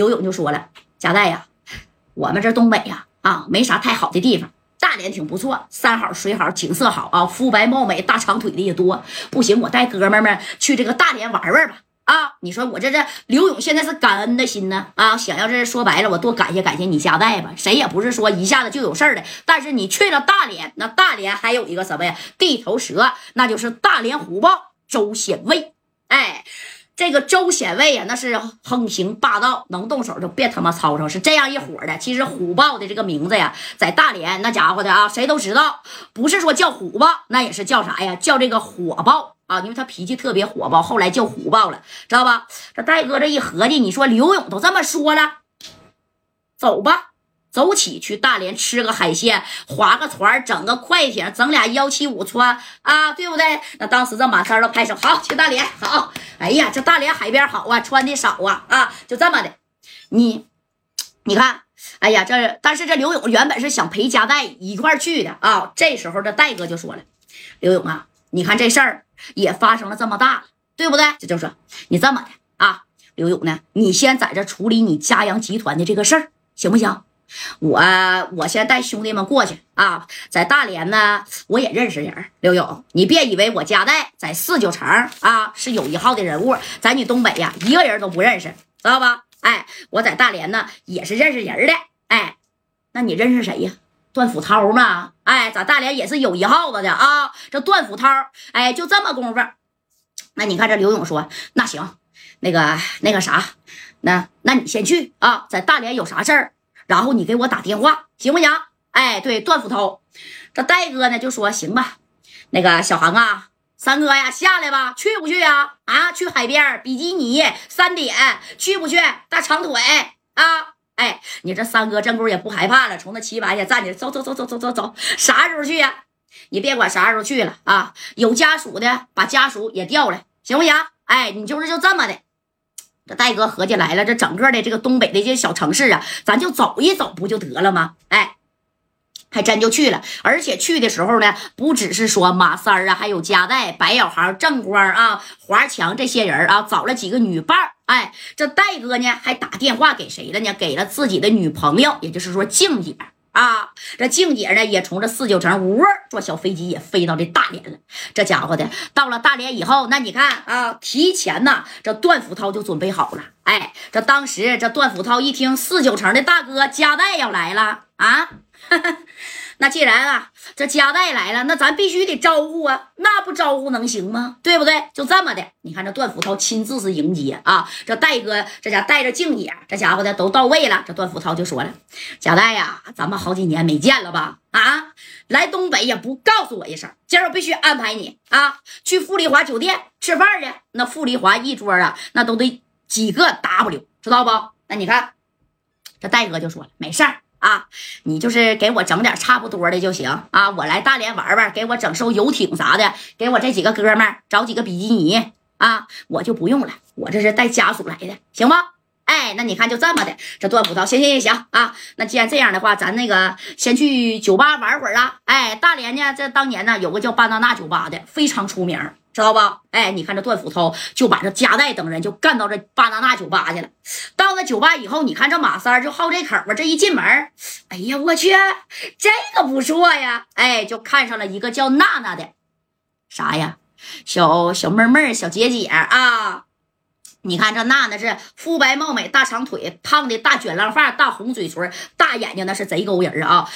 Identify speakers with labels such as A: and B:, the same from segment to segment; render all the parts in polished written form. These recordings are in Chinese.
A: 刘勇就说了：“贾代呀，我们这东北呀，没啥太好的地方。大连挺不错，山好水好，景色好啊，肤白貌美，大长腿的也多。不行，我带哥们们去这个大连玩玩吧。你说我这刘勇现在是感恩的心呢想要这说白了，我多感谢你贾代吧。谁也不是说一下子就有事儿的，但是你去了大连，那大连还有一个什么呀？地头蛇，那就是大连虎豹周显卫。这个周显卫啊，那是横行霸道，能动手就别他妈吵吵，是这样一伙的。其实虎豹的这个名字呀，在大连那家伙的谁都知道，不是说叫虎豹，那也是叫啥呀？叫这个火爆因为他脾气特别火爆，后来叫虎豹了，知道吧？这戴哥这一合计，你说刘勇都这么说了，走吧。走起去大连吃个海鲜，划个船，整个快艇，整俩175穿对不对？那当时这马三都拍手，好，去大连好。哎呀，这大连海边好穿的少就这么的。你看，哎呀，但是这刘勇原本是想陪贾代一块去的这时候这戴哥就说了：“刘勇你看这事儿也发生了这么大了，对不对？这就说你这么的刘勇呢，你先在这处理你嘉阳集团的这个事儿，行不行？我先带兄弟们过去在大连呢，我也认识人。刘勇，你别以为我贾代在49城是有一号的人物，在你东北呀，一个人都不认识，知道吧？我在大连呢也是认识人的。那你认识谁呀？段斧涛嘛，在大连也是有一号子的这段斧涛，就这么功夫。那你看这刘勇说，那行，那个啥，那你先去在大连有啥事儿？然后你给我打电话，行不行？对，段斧头，这戴哥呢就说行吧。那个小航三哥呀，下来吧，去不去呀？去海边比基尼3点，去不去？大长腿你这三哥正姑也不害怕了，从那棋盘下站起来，走，啥时候去呀？你别管啥时候去了有家属的把家属也调来，行不行？你就这么的。这戴哥合计来了，这整个的这个东北的这些小城市咱就走一走不就得了吗？还真就去了。而且去的时候呢，不只是说马三还有嘉代、白小航、郑光华强这些人找了几个女伴这戴哥呢还打电话给谁了呢？给了自己的女朋友，也就是说静姐这静姐呢也从这49城呜坐小飞机也飞到这大连了。这家伙的到了大连以后，那你看提前这段斧涛就准备好了。这当时这段斧涛一听49城的大哥嘉代要来了那既然这嘉代来了，那咱必须得招呼那不招呼能行吗？对不对？就这么的，你看这段斧涛亲自是迎接这戴哥这家带着静姐，这家伙的都到位了。这段斧涛就说了：“贾代呀，咱们好几年没见了吧？来东北也不告诉我一声，今儿我必须安排你去富丽华酒店吃饭去。那富丽华一桌那都得几个 W， 知道不？那你看这戴哥就说了，没事儿。你就是给我整点差不多的就行我来大连玩玩，给我整艘游艇啥的，给我这几个哥们儿找几个比基尼我就不用了，我这是带家属来的，行吗？那你看就这么的。这段斧头行那既然这样的话，咱那个先去酒吧玩会儿大连呢，这当年呢有个叫巴拿纳酒吧的，非常出名，知道吧？你看这段斧头就把这嘉代等人就干到这巴拿纳酒吧去了。到了酒吧以后，你看这马三就好这口这一进门，哎呀我去，这个不错呀，就看上了一个叫娜娜的，啥呀？小妹妹小姐姐你看这娜娜是肤白貌美，大长腿，烫的大卷浪发，大红嘴唇，大眼睛，那是贼勾人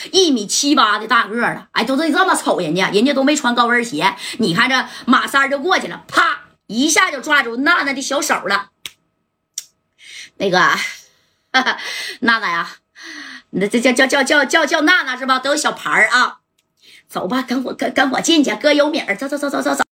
A: 1.78米的大个了，都是这么瞅人家都没穿高跟鞋。你看这马三就过去了，啪一下就抓住娜娜的小手了。那个娜娜呀，那这叫娜娜是吧？都有小牌走吧，跟我进去，哥有米儿，走。